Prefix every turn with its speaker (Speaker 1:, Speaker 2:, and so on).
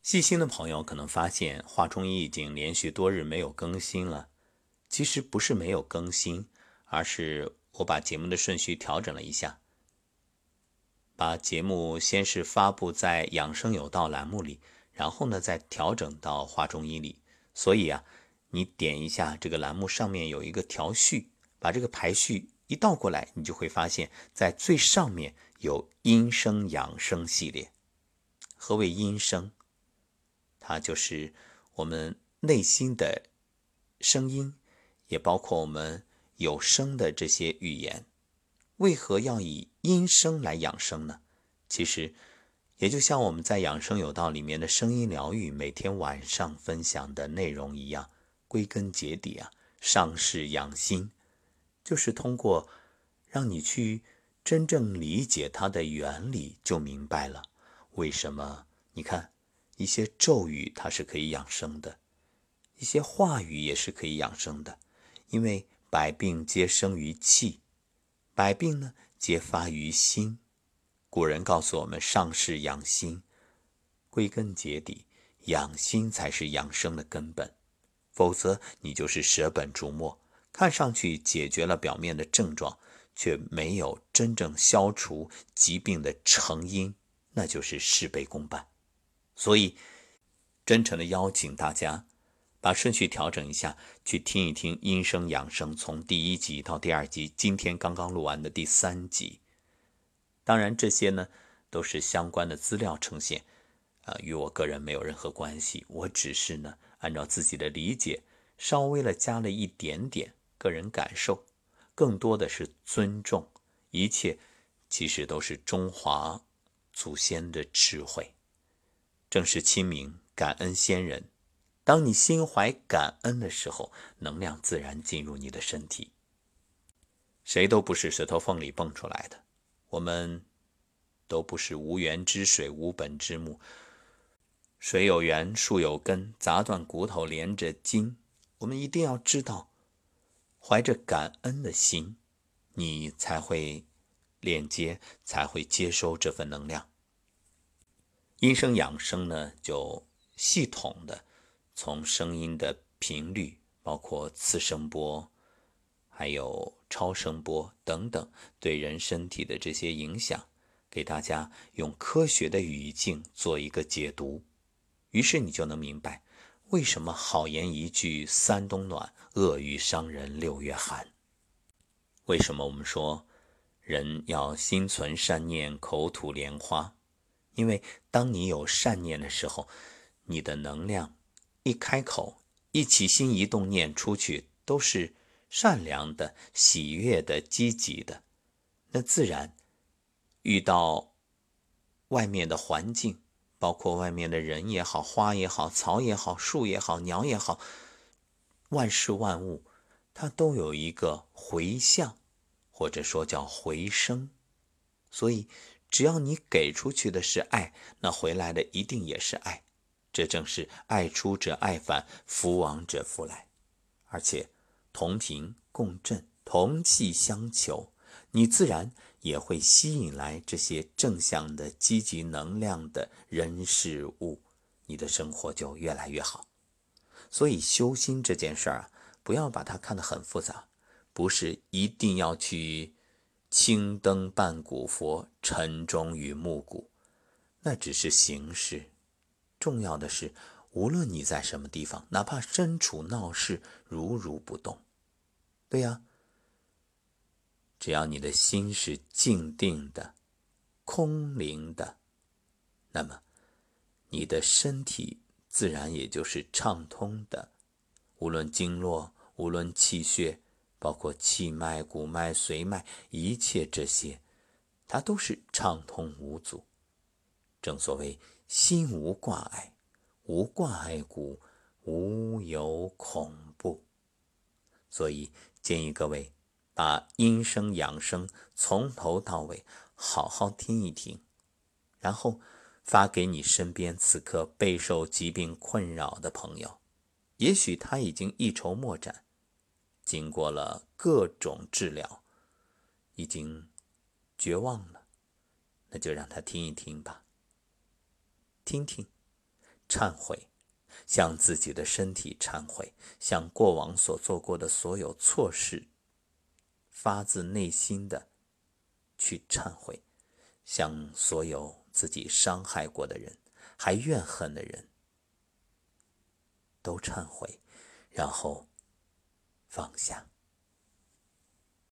Speaker 1: 细心的朋友可能发现，华中医已经连续多日没有更新了。其实不是没有更新，而是我把节目的顺序调整了一下，把节目先是发布在养生有道栏目里，然后呢再调整到华中医里。所以啊，你点一下这个栏目上面有一个调序，把这个排序一倒过来，你就会发现在最上面有阴生养生系列。何谓阴生？它就是我们内心的声音，也包括我们有声的这些语言。为何要以音声来养生呢？其实也就像我们在养生有道里面的声音疗愈每天晚上分享的内容一样，归根结底啊，上是养心，就是通过让你去真正理解它的原理，就明白了为什么你看一些咒语它是可以养生的，一些话语也是可以养生的。因为百病皆生于气，百病呢皆发于心。古人告诉我们上是养心，归根结底养心才是养生的根本，否则你就是舍本逐末，看上去解决了表面的症状，却没有真正消除疾病的成因，那就是事倍功半。所以真诚的邀请大家把顺序调整一下，去听一听阴声养生从第1集到第2集，今天刚刚录完的第3集。当然这些呢都是相关的资料呈现，与我个人没有任何关系，我只是呢按照自己的理解稍微的加了一点点个人感受，更多的是尊重，一切其实都是中华祖先的智慧。正是清明，感恩先人。当你心怀感恩的时候，能量自然进入你的身体。谁都不是石头缝里蹦出来的，我们都不是无源之水，无本之木。水有源，树有根，砸断骨头连着筋。我们一定要知道，怀着感恩的心，你才会链接，才会接收这份能量。音声养生呢，就系统的从声音的频率，包括次声波，还有超声波等等，对人身体的这些影响，给大家用科学的语境做一个解读。于是你就能明白，为什么好言一句3冬暖，恶语伤人6月寒。为什么我们说人要心存善念，口吐莲花？因为当你有善念的时候，你的能量一开口，一起心一动念出去，都是善良的、喜悦的、积极的。那自然遇到外面的环境，包括外面的人也好，花也好，草也好，树也好，鸟也好，万事万物它都有一个回向，或者说叫回声。所以只要你给出去的是爱，那回来的一定也是爱。这正是爱出者爱返，福往者福来。而且同频共振，同气相求，你自然也会吸引来这些正向的积极能量的人事物，你的生活就越来越好。所以修心这件事儿不要把它看得很复杂，不是一定要去青灯伴古佛，晨钟与暮鼓，那只是形式。重要的是，无论你在什么地方，哪怕身处闹市，如如不动。对呀，只要你的心是静定的、空灵的，那么你的身体自然也就是畅通的。无论经络，无论气血，包括气脉、骨脉、髓脉，一切这些它都是畅通无阻。正所谓心无挂碍，无挂碍故，无有恐怖。所以建议各位把音声养生从头到尾好好听一听，然后发给你身边此刻备受疾病困扰的朋友。也许他已经一筹莫展，经过了各种治疗，已经绝望了，那就让他听一听吧。听听忏悔，向自己的身体忏悔，向过往所做过的所有错事发自内心的去忏悔，向所有自己伤害过的人还怨恨的人都忏悔，然后放下。